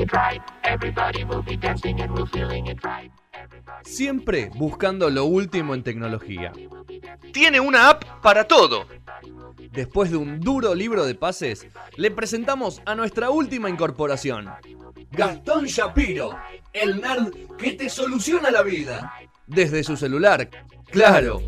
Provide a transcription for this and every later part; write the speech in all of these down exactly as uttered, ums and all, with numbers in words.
Siempre buscando lo último en tecnología. Tiene una app para todo. Después de un duro libro de pases, le presentamos a nuestra última incorporación. Gastón Shapiro, el nerd que te soluciona la vida. Desde su celular, claro.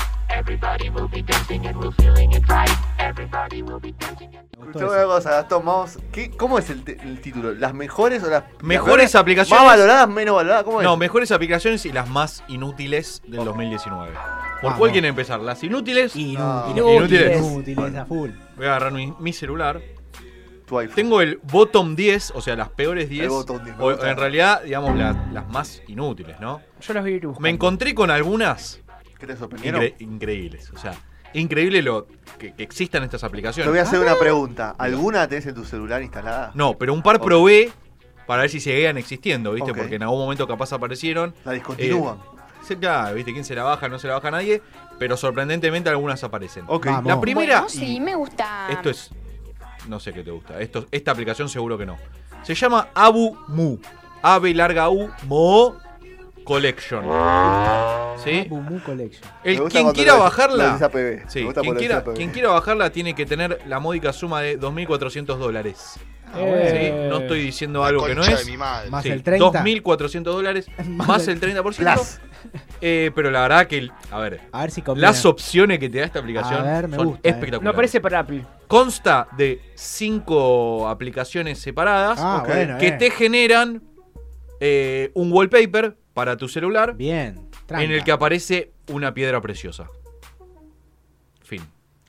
Escuchame una cosa, Gastón, vamos. ¿Qué, ¿Cómo es el, el título? ¿Las mejores o las mejores las aplicaciones? ¿Más valoradas, menos valoradas? ¿Cómo es? No, mejores aplicaciones y las más inútiles del dos mil diecinueve. ¿Por Vamos. cuál quieren empezar? ¿Las inútiles? Inútiles. Inútiles. Inútiles a full. Voy a agarrar mi, mi celular. Tu iPhone. Tengo el bottom diez, o sea, las peores diez. El bottom diez, me O, gusta. en realidad, digamos, la- las más inútiles, ¿no? Yo los voy a ir buscando. Me encontré con algunas ¿Qué te sorprendieron? incre- increíbles. O sea, increíble lo que, que existan estas aplicaciones. Te voy a hacer una pregunta. ¿Alguna tenés en tu celular instalada? No, pero un par Ok. probé para ver si seguían existiendo, ¿viste? Ok. Porque en algún momento capaz aparecieron. La discontinúan. Eh, sí, claro, ¿viste? ¿Quién se la baja? No se la baja nadie. Pero sorprendentemente algunas aparecen. Ok. Vamos. La primera. Bueno, sí, me gusta. Esto es. No sé qué te gusta. Esto, esta aplicación seguro que no. Se llama Abu Mu. Ave larga U, Mo Collection. ¿Sí? Abu Mu Collection. Me El, gusta quien cuando quiera lo decís- bajarla. lo decís A P B. Sí, Me gusta quien cuando lo quiera, decís A P B. quien quiera bajarla tiene que tener la módica suma de dos mil cuatrocientos dólares. Ah, bueno. ¿Sí? No estoy diciendo algo que no Concha es. de mi madre. Más Sí, el treinta. dos mil cuatrocientos dólares Más más el- el treinta por ciento. Plus. Eh, pero la verdad que, el- a ver, A ver si combina. las opciones que te da esta aplicación A ver, me son gusta, eh. espectaculares. No aparece para Apple. Consta de cinco aplicaciones separadas Ah, Ok. bueno, que eh. te generan eh, un wallpaper para tu celular Bien. Tranca. en el que aparece una piedra preciosa. Fin.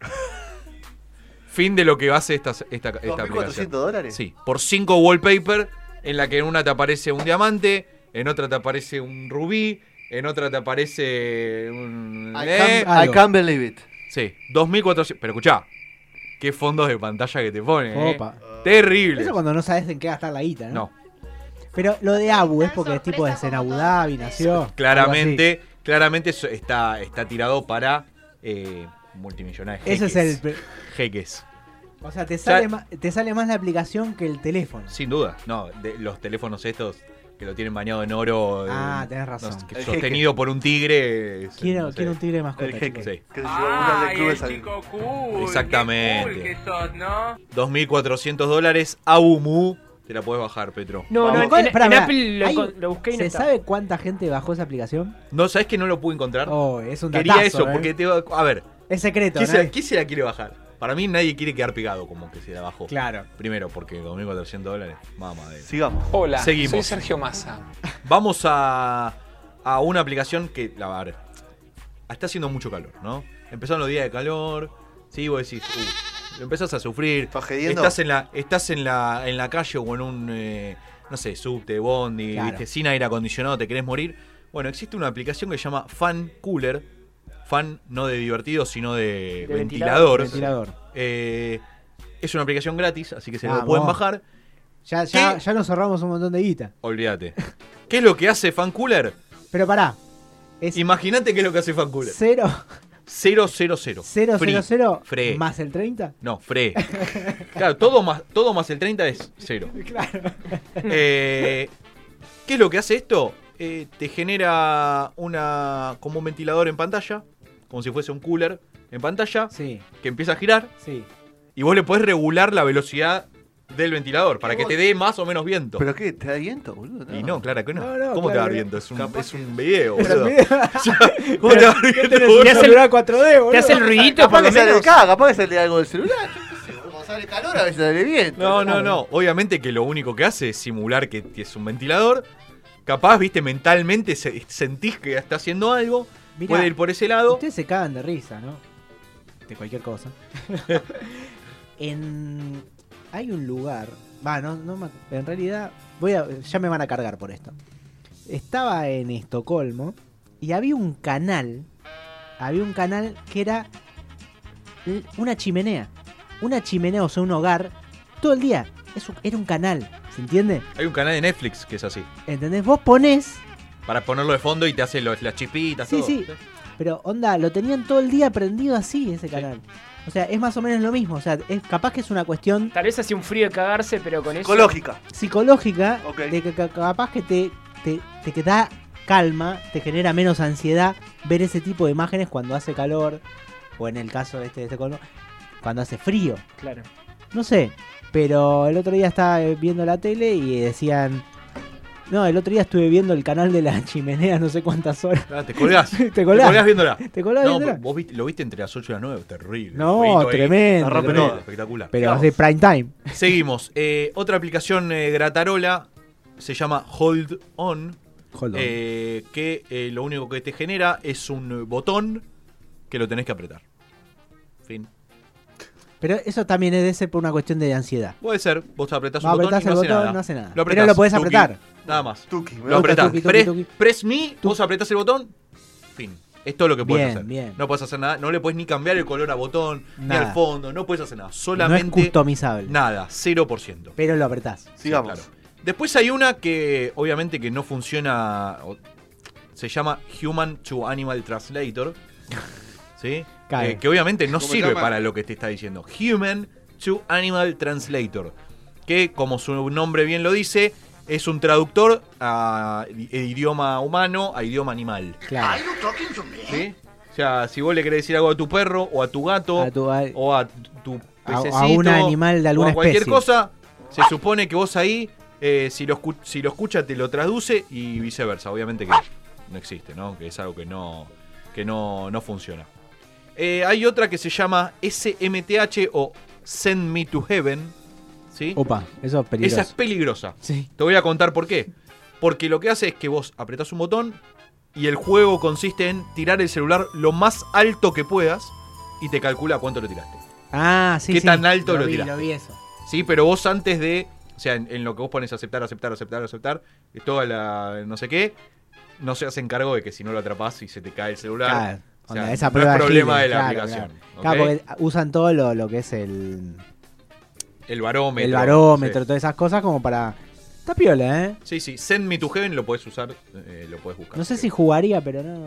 Fin de lo que hace esta, esta, esta ¿dos mil aplicación. cuatrocientos dólares? Sí, por cinco wallpaper, en la que en una te aparece un diamante, en otra te aparece un rubí, en otra te aparece un... I eh, can't, I algo. can't believe it. Sí, dos mil cuatrocientos... Pero escuchá, qué fondos de pantalla que te ponen, eh. Opa. Terrible. Eso cuando no sabes en qué gastar la guita, ¿no? No, Pero lo de Abu es porque es tipo de en Abu Dhabi, nació. claramente, claramente eso está, está tirado para eh, multimillonarios. Ese es jeques. el. Jeques. O sea, te sea- sale, más, te sale más la aplicación que el teléfono. Sin duda. No, de los teléfonos estos que lo tienen bañado en oro. Ah, eh, tenés razón. no, que El sostenido por un tigre. es- Quiero, no sé. quiero un tigre de mascota. El jeque. chicos. Sí. Que se llevó una de clubes al... cool. Exactamente. Qué cool que sos, ¿no? dos mil cuatrocientos dólares. Abumu. Te la puedes bajar, Petro. No, no, Vamos. en, en Pará, pará. Apple lo, Hay- encon- lo busqué y no ¿Se está. sabe cuánta gente bajó esa aplicación? No, ¿sabes que no lo pude encontrar? Oh, es un Quería datazo, eso, ¿eh? porque te va- A ver, Es secreto, ¿quién ¿no? se, quién se la quiere bajar? Para mí nadie quiere quedar pegado como que se la bajó. Claro. Primero, porque dos mil cuatrocientos dólares. Mamá de... Sigamos. Hola, Seguimos. soy Sergio Massa. Vamos a, a una aplicación que, la a ver, está haciendo mucho calor, ¿no? Empezaron los días de calor, sí, vos decís, uh, empezás a sufrir, ¿Estás gediendo? estás en la, estás en la, en la calle o en un, eh, no sé, subte, bondi, Claro. ¿viste? Sin aire acondicionado, te querés morir. Bueno, existe una aplicación que se llama Fan Cooler, fan no de divertido, sino de, De ventilador. Ventilador. Eh, es una aplicación gratis, así que se la Vamos. pueden bajar. Ya, ya, ¿Qué? ya nos ahorramos un montón de guita. Olvídate. ¿Qué es lo que hace Fan Cooler? Pero pará. Es Imagínate qué es lo que hace Fan Cooler. cero, cero, cero, cero. cero, Free. cero, cero Free. más el treinta. No, free. Claro, todo más, todo más el treinta es cero. Claro. Eh, ¿Qué es lo que hace esto? Eh, te genera una como un ventilador en pantalla, como si fuese un cooler en pantalla, Sí, que empieza a girar sí. y vos le podés regular la velocidad del ventilador para que vos- te dé más o menos viento. ¿Pero qué? ¿Te da viento, boludo? Y no, claro que no. No, no, ¿Cómo te claro va a dar que viento? Es un, Capaz es que- un video, Pero boludo. mira, ¿Cómo te va a dar viento, boludo? Te hace el- cuatro D, boludo. Te hace el ruidito, Capaz por lo que sale menos. acá, capaz que sale algo del celular. Yo qué sé, Cuando sale calor a veces sale viento. No, no, no. Obviamente que lo único que hace es simular que, que es un ventilador. Capaz, viste, mentalmente se- sentís que está haciendo algo. Mirá, Puede ir por ese lado. Ustedes se cagan de risa, ¿no? De cualquier cosa. en hay un lugar, va, no, no me- en realidad voy a, ya me van a cargar por esto. Estaba en Estocolmo y había un canal, había un canal que era l- una chimenea, una chimenea, o sea, un hogar todo el día. Eso era un canal, ¿se entiende? Hay un canal de Netflix que es así. ¿Entendés? Vos ponés, Para ponerlo de fondo y te hace los- las chispitas, sí, todo. sí, pero onda, lo tenían todo el día prendido así ese canal. O sea, es más o menos lo mismo. O sea, es capaz que es una cuestión Tal vez hacía un frío de cagarse, pero con eso. Psicológica. psicológica Ok. de que ca- capaz que te, te, te que da calma, te genera menos ansiedad ver ese tipo de imágenes cuando hace calor, o en el caso de este, de este colmo, cuando hace frío. Claro. No sé, pero el otro día estaba eh, viendo la tele y decían... No, el otro día estuve viendo el canal de la chimenea no sé cuántas horas. Ah, te colgás. Te Te colgás. colgás viéndola. Te colgás No, viéndola. vos viste- lo viste entre las ocho y las nueve. Terrible. No, Feito ahí. tremendo. La rompe tremendo. toda. Espectacular. Pero Digamos. hace prime time. Seguimos. Eh, otra aplicación eh, gratarola se llama Hold On. Hold on. eh, que eh, lo único que te genera es un botón que lo tenés que apretar. Fin. Pero eso también es de ser por una cuestión de ansiedad. Puede ser. Vos apretás un Vos botón apretás y no el hace botón, nada. no hace nada. Lo Pero apretás, lo podés tuki. apretar. Nada más. Tuki. me Lo gusta. apretás. tuki, tuki, Press, tuki. press me, vos apretás el botón. Fin. Es todo lo que puedes Bien, hacer. bien. No puedes hacer nada. No le puedes ni cambiar el color a botón, ni Nada. al fondo. No puedes hacer nada. No es Solamente customizable. nada. cero por ciento. Pero lo apretás. Sigamos. Claro. Después hay una que obviamente que no funciona. o- Se llama Human to Animal Translator. ¿Sí? Cae. Eh, que obviamente no ¿Cómo se sirve llama? para lo que te está diciendo. Human to Animal Translator. Que como su nombre bien lo dice, es un traductor a i- idioma humano a idioma animal. Claro. ¿Sí? O sea, si vos le querés decir algo a tu perro o a tu gato A tu- a- o a tu a- a pececito un animal de alguna o a cualquier especie. cosa, se supone que vos ahí, eh, si, lo escu- si lo escucha, te lo traduce y viceversa. Obviamente que no existe, ¿no? Que es algo que no, que no, no funciona. Eh, hay otra que se llama S M T H o Send Me to Heaven. ¿Sí? Opa, eso es peligroso. Esa es peligrosa. Sí. Te voy a contar por qué. Porque lo que hace es que vos apretás un botón y el juego consiste en tirar el celular lo más alto que puedas y te calcula cuánto lo tiraste. Ah, sí, ¿Qué sí. tan alto lo vi, tiraste? Lo vi eso. Sí, pero vos antes de. O sea, en, en lo que vos pones aceptar, aceptar, aceptar, aceptar, y toda la. no sé qué, no se hace encargo de que si no lo atrapás y se te cae el celular. Claro. O sea, Onda, esa no prueba es de problema Gile, de la claro, aplicación. Claro, ¿ok? Claro, porque usan todo lo, lo que es el, El barómetro. el barómetro, Sí. todas esas cosas como para... Está piola, ¿eh? Sí, sí. Send Me to Heaven lo podés usar, eh, lo podés buscar. No sé si jugaría, pero no...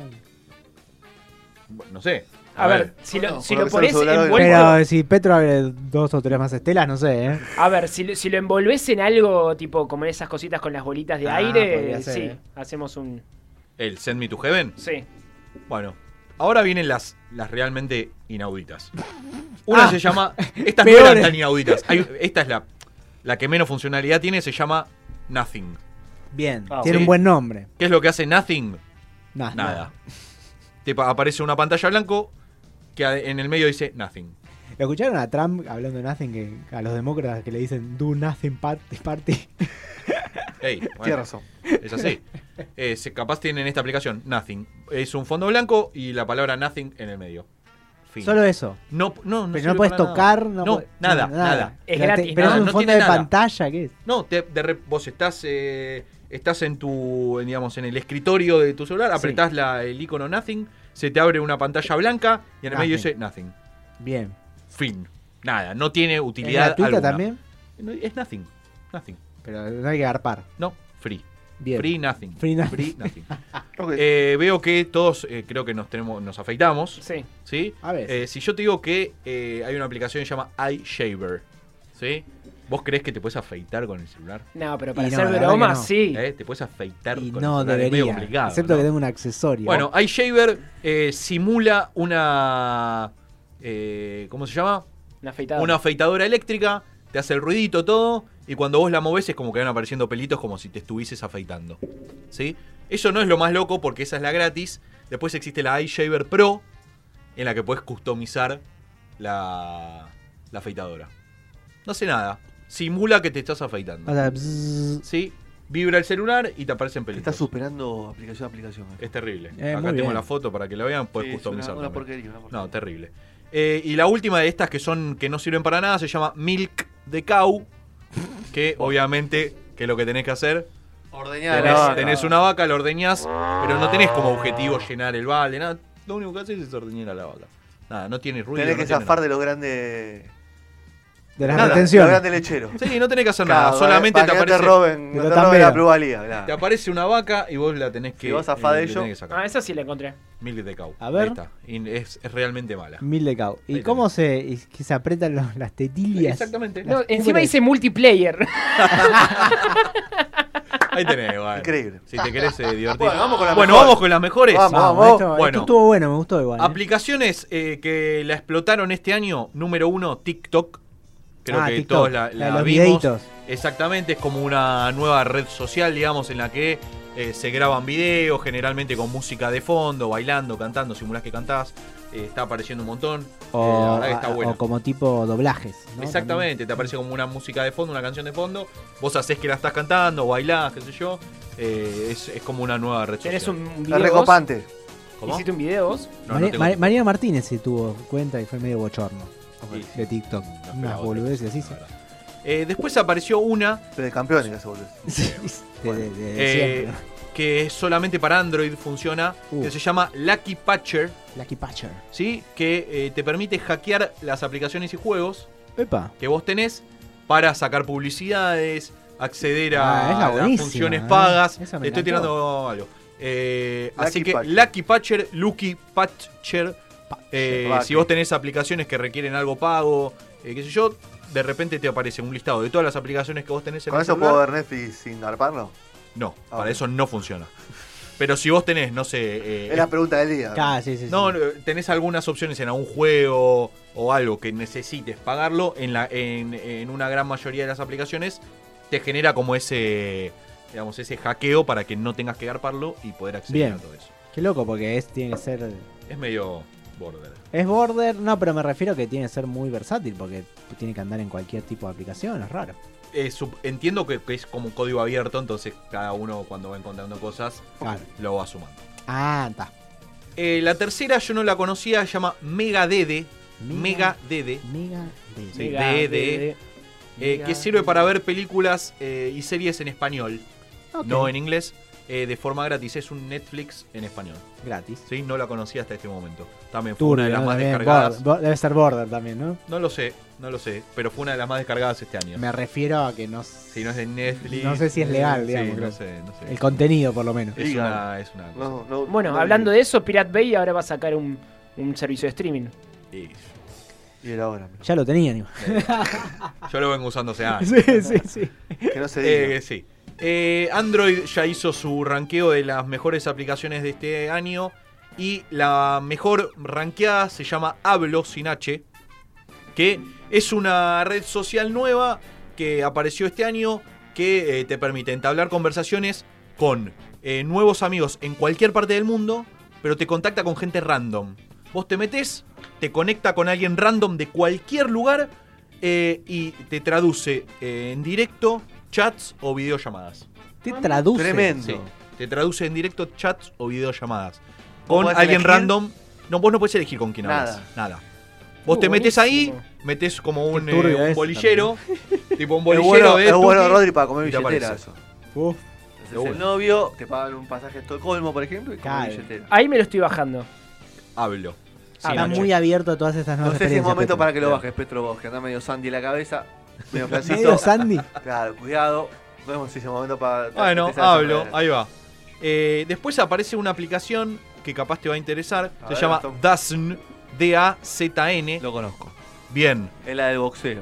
No sé. A ver, si Bueno, lo, si por lo lo que pones sale el celular hoy. envuelto. Pero si Petro abre dos o tres más estelas, no sé, ¿eh? A ver, si, lo- si lo envolves en algo tipo como en esas cositas con las bolitas de Ah, aire, podría ser, sí, eh. hacemos un. El Send Me to Heaven. Sí. Bueno, ahora vienen las, las realmente inauditas. Una Ah, se llama. Estas no peores. eran tan inauditas. Hay- esta es la, la que menos funcionalidad tiene, se llama Nothing. Bien, Ah, tiene sí. un buen nombre. ¿Qué es lo que hace Nothing? Nah, Nada. Te pa- aparece una pantalla blanco que a- en el medio dice Nothing. ¿Lo escucharon a Trump hablando de Nothing? Que a los demócratas que le dicen Do Nothing Party. party? Ey, bueno, Tienes razón. es así. Eh, se- capaz tienen esta aplicación, Nothing. Es un fondo blanco y la palabra Nothing en el medio. Fin. Solo eso. No, no, no Pero sirve no puedes para nada. tocar. No, No, puede- nada, no, nada. Es Pero gratis, te- Pero nada, es un no fondo tiene de nada. pantalla, ¿qué es? No, te- de re- vos estás eh, estás en tu, en, digamos, en el escritorio de tu celular, Sí. apretás la, el icono Nothing, se te abre una pantalla blanca y en el medio Nothing. dice Nothing. Bien. Fin. Nada, no tiene ¿Es utilidad gratuita alguna. también? No, Es Nothing. Nothing. Pero no hay que garpar. No, free. Bien. Free Nothing. Free nothing. Free Nothing. Ok. Eh, veo que todos eh, creo que nos tenemos nos afeitamos. Sí. ¿Sí? A ver. Eh, si yo te digo que eh, hay una aplicación que se llama iShaver, ¿sí? ¿Vos creés que te puedes afeitar con el celular? No, pero para Y no, hacer la verdad bromas, que no. sí. ¿Eh? ¿Te puedes afeitar Y con no el celular? Es medio debería. complicado, Excepto ¿no? que tenga un accesorio. Bueno, iShaver eh, simula una... eh, ¿Cómo se llama? Una afeitada. Una afeitadora eléctrica, te hace el ruidito todo, y cuando vos la movés es como que van apareciendo pelitos como si te estuvieses afeitando. ¿Sí? Eso no es lo más loco porque esa es la gratis. Después existe la iShaver Pro, en la que puedes customizar la, la afeitadora. No hace nada. Simula que te estás afeitando. O sea, bzzz. ¿Sí? Vibra el celular y te aparecen Te pelitos. estás superando aplicación a aplicación. Es terrible. Eh, Acá muy tengo bien. la foto para que la vean, puedes Sí, es customizar. una, una también. porquería, una porquería. No, terrible. Eh, y la última de estas que son que no sirven para nada se llama Milk the Cow. Que obviamente, que es lo que tenés que hacer. Ordeñada la Tenés, vaca. tenés una vaca, la ordeñás, pero no tenés como objetivo llenar el balde, nada. Lo único que haces es ordeñar a la vaca. Nada, no tiene ruido. Tenés no que tiene zafar nada. de los grandes De las Nada, Lo retenciones. grande lechero. Sí, no tenés que hacer Claro, nada. Solamente para te que no te aparece, roben, Pero no te tan roben la veo. pluralidad, claro. te aparece una vaca y vos la tenés que, Si vos zafás de le ello. tenés que sacar. Ah, esa sí la encontré. Milk de cow. A ver. Ahí está. Y es, es realmente mala. Mil de cau. ¿Y Ahí cómo se, y que se apretan los- las tetillas? Exactamente. No, Las encima cubres. dice multiplayer. Ahí tenés, bueno. Increíble. Si te querés eh, divertir. Bueno, vamos con las Bueno, mejores. vamos con las mejores. Vamos. Vamos, esto, Bueno. esto estuvo bueno, me gustó igual. ¿eh? Aplicaciones eh, que la explotaron este año. Número uno, TikTok. Creo Ah, que TikTok, todos la, la de la los vimos. videitos. Exactamente, es como una nueva red social, digamos, en la que eh, se graban videos, generalmente con música de fondo, bailando, cantando, simulás que cantás. Eh, está apareciendo un montón. Eh, la O, verdad que está a- bueno. o como tipo doblajes. ¿no? Exactamente, te aparece como una música de fondo, una canción de fondo. Vos hacés que la estás cantando, bailás, qué sé yo. Eh, es, es como una nueva red social. Tenés un Es video vos. recopante. ¿Cómo? Hiciste un video vos. No, Mari- no tengo- Mari- Mariana Martínez se tuvo cuenta y fue medio bochorno Sí, de TikTok. no esperaba Unas otra boludeces así. cosa, la verdad. Eh, después apareció una Pero de campeones que se vuelve. Sí, de, de- de eh, siempre. que solamente para Android funciona, Uh. que se llama Lucky Patcher, Lucky Patcher. ¿sí? Que eh, te permite hackear las aplicaciones y juegos Epa. que vos tenés para sacar publicidades, acceder Ah, a esa las buenísima, funciones eh. pagas. Esa me Te estoy encantó. tirando algo. Eh, Lucky así que Patcher. Lucky Patcher, Lucky Patcher. eh, Patcher. si vos tenés aplicaciones que requieren algo pago, eh, qué sé yo, de repente te aparece un listado de todas las aplicaciones que vos tenés en ¿Con el eso celular. puedo ver Netflix sin garparlo? No, Ah, para ok. eso no funciona. Pero si vos tenés, no sé, eh, Es la pregunta del día. Ah, sí, sí, sí. no, no, tenés algunas opciones en algún juego o algo que necesites pagarlo, en, la, en, en una gran mayoría de las aplicaciones te genera como ese, digamos, ese hackeo para que no tengas que garparlo y poder acceder Bien. a todo eso. Qué loco, porque es, tiene que ser. Es medio border. Es border, no, pero me refiero a que tiene que ser muy versátil, porque tiene que andar en cualquier tipo de aplicación, es raro. Eh, sup- entiendo que, que es como un código abierto, entonces cada uno cuando va encontrando cosas Claro. lo va sumando. Ah, está. Eh, la tercera yo no la conocía, se llama Megadede. Megadede. Mega de. Sí, Mega, de- de- de- eh, mega, que sirve de- para ver películas eh, y series en español, Ok. no en inglés, eh, de forma gratis. Es un Netflix en español. Gratis. ¿Sí? No la conocía hasta este momento. También fue Turbio, una de las ¿no? más También, descargadas. border, bo- debe ser border también, ¿no? No lo sé, no lo sé, pero fue una de las más descargadas este año. Me refiero a que no. Si no es de Netflix. No sé si es legal, sí, digamos, no creo. sé, no sé. El contenido, por lo menos. Es una, es una cosa. No, no, Bueno, no- hablando de eso, Pirate Bay ahora va a sacar un, un servicio de streaming. Y Y era ahora. Ya lo tenían, igual. yo lo vengo usando hace años. Sí, sí, sí. Que no se diga. Eh, sí. Eh, Android ya hizo su ranqueo de las mejores aplicaciones de este año. Y la mejor ranqueada se llama Hablo sin H. Que es una red social nueva que apareció este año. Que eh, te permite entablar conversaciones con eh, nuevos amigos en cualquier parte del mundo. Pero te contacta con gente random. Vos te metes, te conecta con alguien random de cualquier lugar. eh, y te traduce eh, en directo chats o videollamadas. Te traduce. Tremendo. Sí, te traduce en directo chats o videollamadas. ¿Vos Con podés alguien elegir? random. No, vos no podés elegir con quién Nada. hablas. Nada. Vos Uh, te metes ahí, buenísimo. metes como un, Qué turbio eh, un es bolillero. Tipo un Es bolillero bueno, de es bueno Tuki, Rodri, para comer y te billetera. aparece. Eso. Uf. Es De una. el novio, te pagan un pasaje a Estocolmo, por ejemplo, y comer Claro. billetera. Ahí me lo estoy bajando. Hablo. Ah, Está Nacho. muy abierto a todas estas No nuevas sé si es experiencias, momento Petro. para que lo Claro. bajes, Petro, vos, que anda medio Sandy en la cabeza, medio flancito. Medio Sandy. Claro, cuidado. Vemos si es el momento para. Bueno, empezar a hablo, saber. ahí va. Eh, después aparece una aplicación que capaz te va a interesar. A se ver, llama Tom. Dazn. D A Z N. Lo conozco. Bien, Es la del boxeo.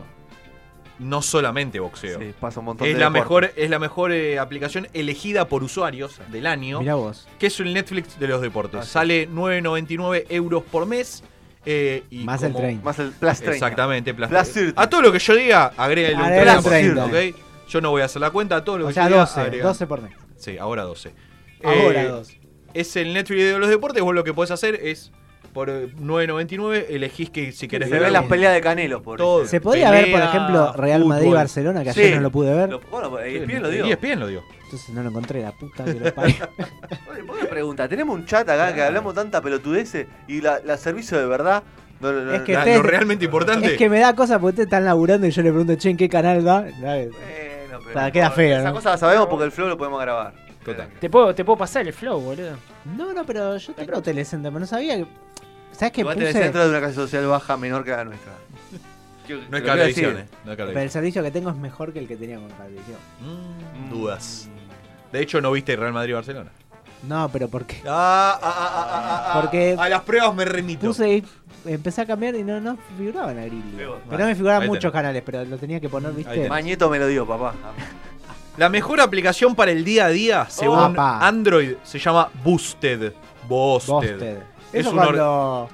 no solamente boxeo. Sí, pasa un montón Es de la, deporte. mejor, es la mejor eh, aplicación elegida por usuarios del año. Mirá vos. Que es el Netflix de los deportes. Ah, sí. Sale nueve noventa y nueve euros por mes. eh, y Más el como- treinta. Más el Plus treinta. Exactamente. Plus- Plus treinta. a todo lo que yo diga, agrega un Agrega treinta por ciento, treinta. ¿ok? Yo no voy a hacer la cuenta. A todo lo O que sea, yo diga, doce. agrega. doce por mes. Sí, ahora doce. Ahora Eh, doce. Es el Netflix de los deportes. Vos lo que podés hacer es, por eh, nueve noventa y nueve, elegís que si querés Se ver ven las algún- peleas de Canelos, por Todo. ejemplo. ¿Se podría ver, por pelea, ejemplo, Real fútbol. Madrid-Barcelona, que ayer Sí. no lo pude ver? Lo- bueno, E S P N lo dio. E S P N lo dio. Entonces no lo encontré, la puta que lo parió. Oye, ¿por qué pregunta? Tenemos un chat acá que hablamos tanta pelotudeces y la, la servicio de verdad. No, no, no, Es que La- ustedes- lo realmente importante. Es que me da cosa porque ustedes están laburando y yo le pregunto, che, ¿en qué canal da? Bueno, pero. sea, queda feo, Esa ¿no? cosa la sabemos porque el flow lo podemos grabar. Total. Te puedo, te puedo pasar el flow, boludo. No, no, pero yo tengo Telecenter, pero no sabía que... ¿Sabes qué Igual puse? tenés centro de una casa social baja menor que la nuestra. Yo- No es lo quiero decir. cablevisión, eh. No es Pero el cablevisión. servicio que tengo es mejor que el que tenía con Cablevisión. Mm, dudas. De hecho, no viste Real Madrid-Barcelona. No, pero ¿por qué? Ah, ah, ah, ah, ah, ah, Porque a las pruebas me remito. Puse, empecé a cambiar y no, no figuraba en la grilla. Pero- Pero no me figuraban ahí muchos tenés. canales, pero lo tenía que poner, Ahí ¿viste? tenés. Mañeto me lo dio, papá. La mejor aplicación para el día a día, según Opa. Android, se llama Boosted. Boosted. Busted. Es Eso un or- cuando...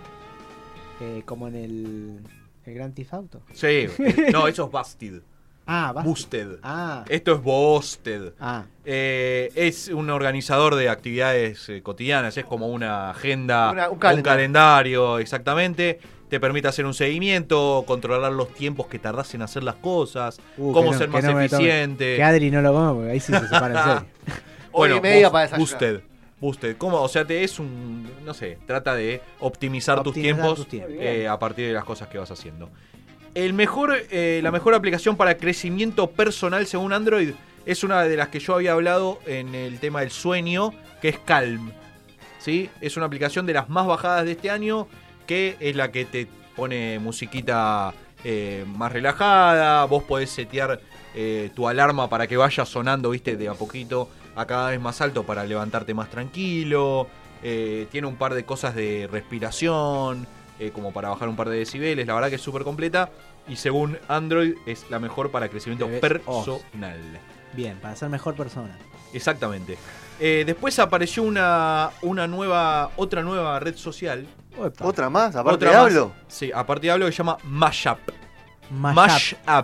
eh, como en el... El Grand Theft Auto. Sí, eh, no, eso es Busted. Ah, Busted. Boosted. Ah, Esto es Boosted. ah. Eh, es un organizador de actividades eh, cotidianas, es como una agenda, Una- un un, calendario. calendario, exactamente. Te permite hacer un seguimiento, controlar los tiempos que tardás en hacer las cosas, Uh, cómo que no- ser que más no me tome. eficiente. Que Adri no lo come porque ahí sí se separa en serio. Hora y Bueno, media Bo- para desayunar. Boosted. Boosted. ¿Cómo? O sea, te es un. No sé, trata de optimizar, tus Optimizar tiempos, tus tiempos. eh, a partir de las cosas que vas haciendo. El mejor, eh, la mejor aplicación para crecimiento personal según Android es una de las que yo había hablado en el tema del sueño, que es Calm. ¿Sí? Es una aplicación de las más bajadas de este año, que es la que te pone musiquita eh, más relajada. Vos podés setear eh, tu alarma para que vaya sonando, viste, de a poquito a cada vez más alto para levantarte más tranquilo. Eh, tiene un par de cosas de respiración, eh, como para bajar un par de decibeles. La verdad que es súper completa. Y según Android es la mejor para crecimiento Te ves personal. Bien, para ser mejor persona. Exactamente. Eh, después apareció una, una nueva, otra nueva red social. Opa. ¿Otra más? Aparte Otra de más. hablo. Sí, aparte de hablo, que se llama Mashup. Mashup. Mashup.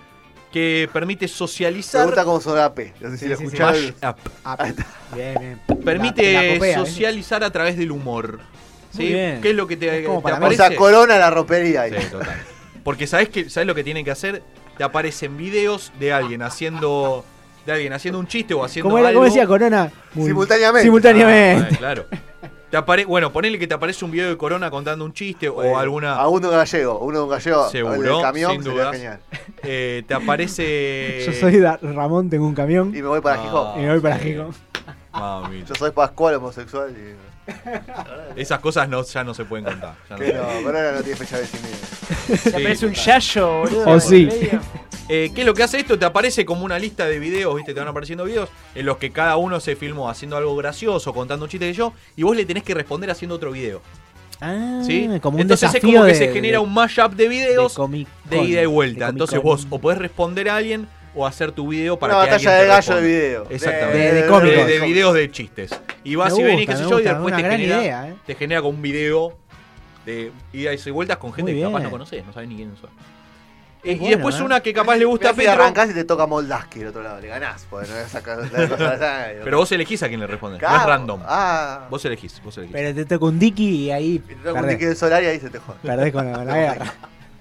Que permite socializar. Pregunta cómo son la P. No sé si Sí, lo sí, sí. escucharon. Mashup. Ah, bien, bien. Permite La- la copea, ¿eh? socializar a través del humor. ¿Sí? Muy bien. ¿Qué es lo que te, Es como te para mí. O aparece? sea, corona la ropería ahí. Sí, total. Porque sabes que sabes lo que tienen que hacer, te aparecen videos de alguien haciendo de alguien haciendo un chiste o haciendo ¿Cómo, era, algo. ¿Cómo decía Corona? Muy- Simultáneamente. Simultáneamente. Ah, claro. Te apare- bueno, ponele que te aparece un video de Corona contando un chiste o Bueno, alguna A uno gallego. Uno de un gallego. Seguro, El del camión sin sería dudas. genial. eh, te aparece Yo soy Da- Ramón, tengo un camión Y me voy para Ah. Gijón. y me voy para sí. Gijón. Mami, Yo soy Pascual homosexual. Y... esas cosas no, ya no se pueden contar. ya no se Que pueden. no, Corona no tiene fecha de vencimiento. Se Sí, aparece un total. yayo, boludo. O por sí. medio. Eh, ¿Qué es lo que hace esto? Te aparece como una lista de videos, ¿viste? Te van apareciendo videos en los que cada uno se filmó haciendo algo gracioso, contando un chiste que yo, y vos le tenés que responder haciendo otro video. Ah, ¿Sí? como un Entonces es desafío como que de- se genera de- un mashup de videos de Comic de Con, ida y vuelta. de Comic Entonces Con. vos o podés responder a alguien o hacer tu video para Una que batalla alguien de te gallo de responda. video. Exactamente. De- de De, cómicos. de videos de chistes. Y vas Me y ven y gusta, qué sé me yo, y gusta, después una te gran genera, idea, ¿eh? te genera con un video de idas y vueltas con gente Muy que capaz bien. no conoces, no sabes ni quiénes son. Es Eh, y bueno, después ¿eh? una que capaz le gusta a Si Petro. arrancás y te toca Moldaski del otro lado. Le ganás. Porque no sacas la cosa de Pero vos elegís a quién le respondes. No es Claro. random. Ah. Vos elegís, vos elegís. Pero te toca un Dicky y ahí Y te toca un perdés, ticket de solar y ahí se te jode. perdés con la, con la guerra.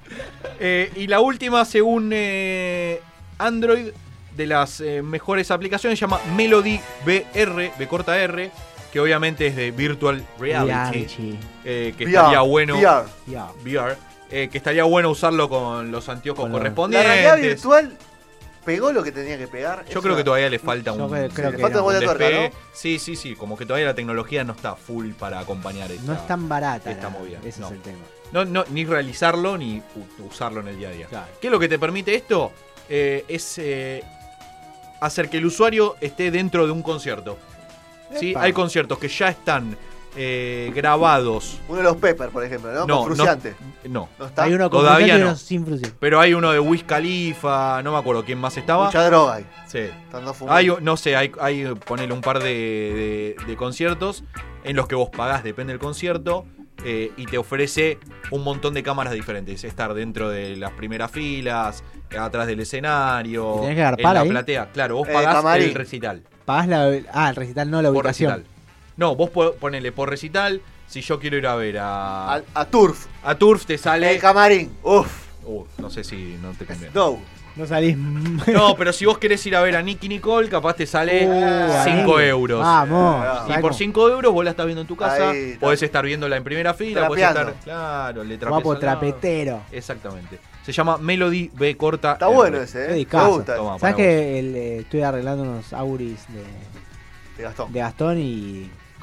Eh, y la última, según eh, Android, de las eh, mejores aplicaciones, se llama Melody V R, B corta R, que obviamente es de Virtual Reality. Reality. eh, que V R, estaría bueno. V R. Ya. V R, eh, que estaría bueno usarlo con los anteojos Con los- La correspondientes. realidad virtual pegó lo que tenía que pegar. Yo Es creo una- que todavía le falta Yo un, creo- creo le que falta no. un un de tuerca, despegue. ¿no? Sí, sí, sí, como que todavía la tecnología no está full para acompañar esta. No es tan barata. esta la- movida, Ese no. es el tema. No, no, ni realizarlo ni u- usarlo en el día a día. Claro. ¿Qué es lo que te permite esto? Eh, es eh, hacer que el usuario esté dentro de un concierto. ¿Sí? Epa. Hay conciertos que ya están eh, grabados. Uno de los Pepper, por ejemplo, ¿no? No, Con Fruciante. No, No, está. Hay uno con Todavía frusiante y no. uno sin frusiante. pero hay uno de Wiz Khalifa, no me acuerdo quién más estaba. Mucha droga ahí. Sí. Estando fumando. Hay, no sé, hay, hay ponele un par de, de- de conciertos en los que vos pagás, depende del concierto, eh, y te ofrece un montón de cámaras diferentes. Estar dentro de las primeras filas, atrás del escenario, ¿Y tenés que en garpar la ahí? platea. Claro, vos Eh, pagás camarín. el recital. Pagás la. Ah, el recital no, la Por ubicación. recital. No, vos po- ponele por recital. Si yo quiero ir a ver a, A, a Turf. a Turf, te sale. El camarín. Uf. Uh, no sé si no te conviene. No. No salís. No, pero si vos querés ir a ver a Nicky Nicole, capaz te sale Uh, cinco ahí. euros. Vamos. Ah, Y ¿sabés por cómo? cinco euros vos la estás viendo en tu casa. Ahí está. Podés estar viéndola en primera fila. Podés Trapeando. estar. Claro, le trapeás Guapo al lado. trapetero. Exactamente. Se llama Melody B corta. Está R. bueno ese, Qué ¿eh? Me discazo. gusta. Toma. ¿Sabes para que el, eh, estoy arreglando unos auris de, De Gastón. de Gastón y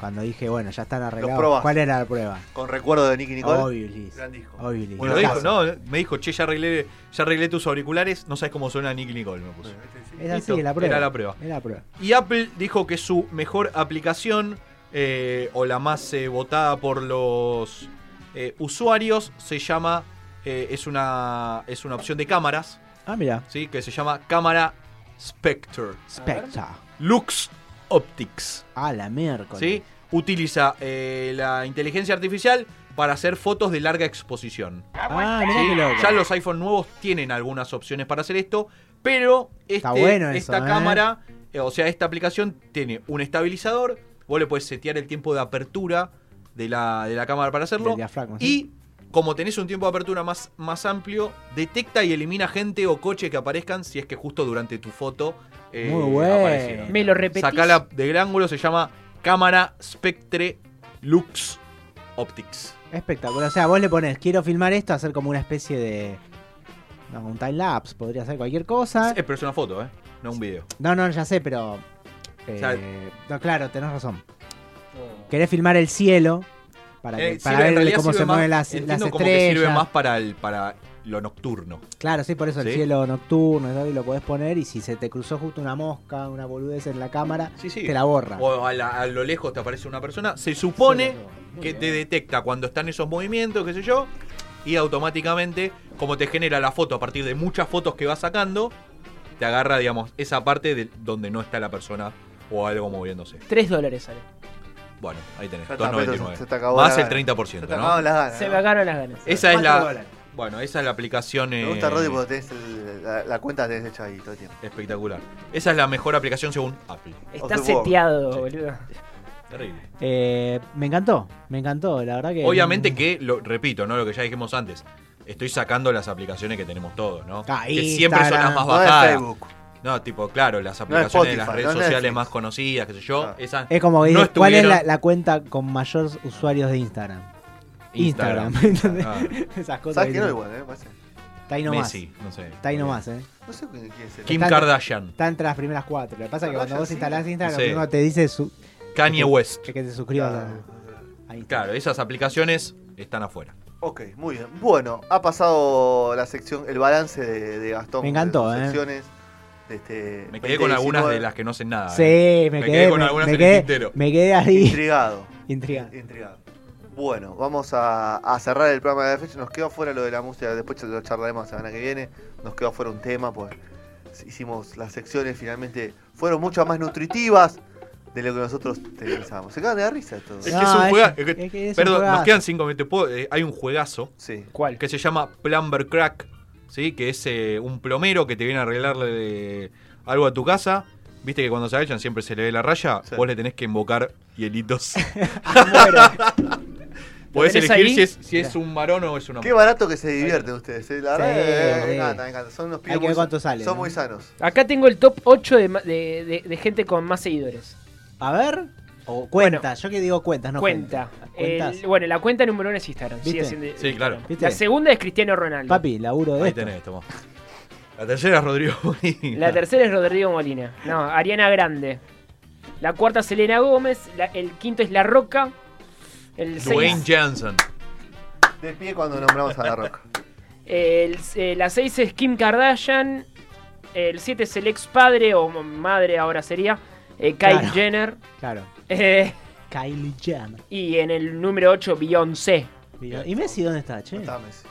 Cuando dije, bueno, ya están arreglados. probás. ¿Cuál era la prueba? Con recuerdo de Nicky Nicole. Obviously. Gran disco. Obviously. Bueno, Lo dijo, caso. no, me dijo, che, ya arreglé, ya arreglé tus auriculares, no sabes cómo suena Nicky Nicole, me puso. Es así, Listo, es la prueba. era la prueba. Era la prueba. Y Apple dijo que su mejor aplicación, eh, o la más eh, votada por los eh, usuarios, se llama, eh, es, una, es una opción de cámaras, Ah, mira. ¿sí? Que se llama Cámara Spectre. Spectra. Lux Optics. Ah, la miércoles. ¿Sí? Utiliza eh, la inteligencia artificial para hacer fotos de larga exposición. Ah, mira ¿Sí? qué loco. Ya los iPhone nuevos tienen algunas opciones para hacer esto, pero este, Está bueno eso, esta ¿eh? cámara, eh, o sea, esta aplicación tiene un estabilizador, vos le puedes setear el tiempo de apertura de la, de la cámara para hacerlo, Del diafragma, sí. y como tenés un tiempo de apertura más, más amplio, detecta y elimina gente o coche que aparezcan si es que justo durante tu foto eh, Muy bueno. aparecieron. ¿Me lo repetís? Sacala del ángulo, se llama Cámara Spectre Lux Optics. Espectacular. O sea, vos le pones, quiero filmar esto, hacer como una especie de. No, un time lapse, podría ser cualquier cosa. Eh, pero es una foto, ¿eh? No un video. No, no, ya sé, pero. eh, O sea, no, claro, tenés razón. Querés filmar el cielo para, que- Eh, para sirve- en ver realidad cómo sirve se más- mueven las, las entiendo estrellas. como que sirve más para, el, para lo nocturno. Claro, sí, por eso el ¿Sí? cielo nocturno y todo, y lo podés poner. Y si se te cruzó justo una mosca, una boludez en la cámara, Sí, sí. te la borra. O a, la- a lo lejos te aparece una persona. Se supone Sí, muy que bien. te detecta cuando están esos movimientos, qué sé yo. Y automáticamente, como te genera la foto a partir de muchas fotos que vas sacando, te agarra, digamos, esa parte de donde no está la persona o algo moviéndose. Tres dólares sale. Bueno, ahí tenés, Ya está, dos noventa y Beto, nueve. se te acabó Más la el gana. treinta por Se ciento, te ¿no? acabaron las ganas. Se ¿no? me agarran las ganas. Esa es Cuatro la. dólares. Bueno, esa es la aplicación. Me eh, gusta Rodri porque tenés el- la, la cuenta tenés hecha ahí todo el tiempo. espectacular. Esa es la mejor aplicación según Apple. Está Of the world. seteado, Sí. boludo. Terrible. Eh, me encantó, me encantó, la verdad que. Obviamente que, lo repito, ¿no? Lo que ya dijimos antes. Estoy sacando las aplicaciones que tenemos todos, ¿no? Ah, que siempre son las Instagram. más No es bajadas. Facebook. No, tipo, claro, las aplicaciones de las Spotify, redes no es sociales Netflix. más conocidas, qué sé yo. Ah. Esas Es como que no dice, ¿cuál es estuvieron- la, la cuenta con mayor usuarios de Instagram? Instagram. Instagram. Ah, Esas cosas. ¿Sabes que que no dicen. igual, eh? Parece. Está ahí nomás. Messi, no sé. Está ahí nomás, eh. No sé quién quiere ser. Kim Está- Kardashian, Está entre las primeras cuatro. Lo que pasa es que cuando Kardashian, vos sí. instalás Instagram, Sí. lo primero te dice su, Kanye es que- West. es que te suscribas a, Ah, a Instagram. Claro, esas aplicaciones están afuera. Ok, muy bien. Bueno, ha pasado la sección, el balance de, de Gastón. Me encantó, de sus eh. secciones. Este, Me quedé con veinte algunas diecinueve. de las que no sé nada. Sí, eh. me, Me quedé, quedé con me- algunas me en el quedé, tintero. me quedé ahí Intrigado. intrigado. Intrigado. Bueno, vamos a, a cerrar el programa de la fecha. Nos quedó afuera lo de la música, después lo charlaremos la semana que viene. Nos quedó afuera un tema, pues hicimos las secciones, finalmente fueron mucho más nutritivas de lo que nosotros pensábamos. Se cagan de la risa esto. Es que No, es un es- juegazo. es que es un Perdón, juegazo. nos quedan cinco minutos. ¿Puedo? Eh, hay un juegazo Sí. ¿Cuál? que se llama Plumber Crack, ¿sí? Que es eh, un plomero que te viene a arreglarle de algo a tu casa. Viste que cuando se agachan siempre se le ve la raya. Sí. Vos le tenés que invocar hielitos. ¿Lo Podés tenés elegir ahí? si es, si es un varón o es una Qué mujer. barato que se divierten ustedes. ¿eh? La Sí, verdad, eh, me sí. encanta, me encanta. Son unos Hay pibes que ver muy, cuánto sale, son ¿no? muy sanos. Acá tengo el top ocho de, ma- de, de- de gente con más seguidores. A ver. O cuenta, yo que digo cuentas, no Cuenta. gente. Cuentas. El- bueno, la cuenta número uno es Instagram. Sigue ¿Viste? siendo Sí, claro. Instagram. ¿Viste? La segunda es Cristiano Ronaldo. Papi, laburo de Ahí esto. tenés, tomá. La tercera es Rodrigo Molina. La tercera es Rodrigo Molina. No, Ariana Grande. La cuarta es Selena Gómez. La- el quinto es La Roca. El Dwayne seis, Johnson. De pie cuando nombramos a La Roca. el- eh, la seis es Kim Kardashian. El siete es el ex padre o madre ahora sería. eh, Kylie Claro. Jenner. Claro. Eh, Kylie Jenner. y en el número ocho Beyoncé. ¿Y Messi dónde está, che? No está Messi.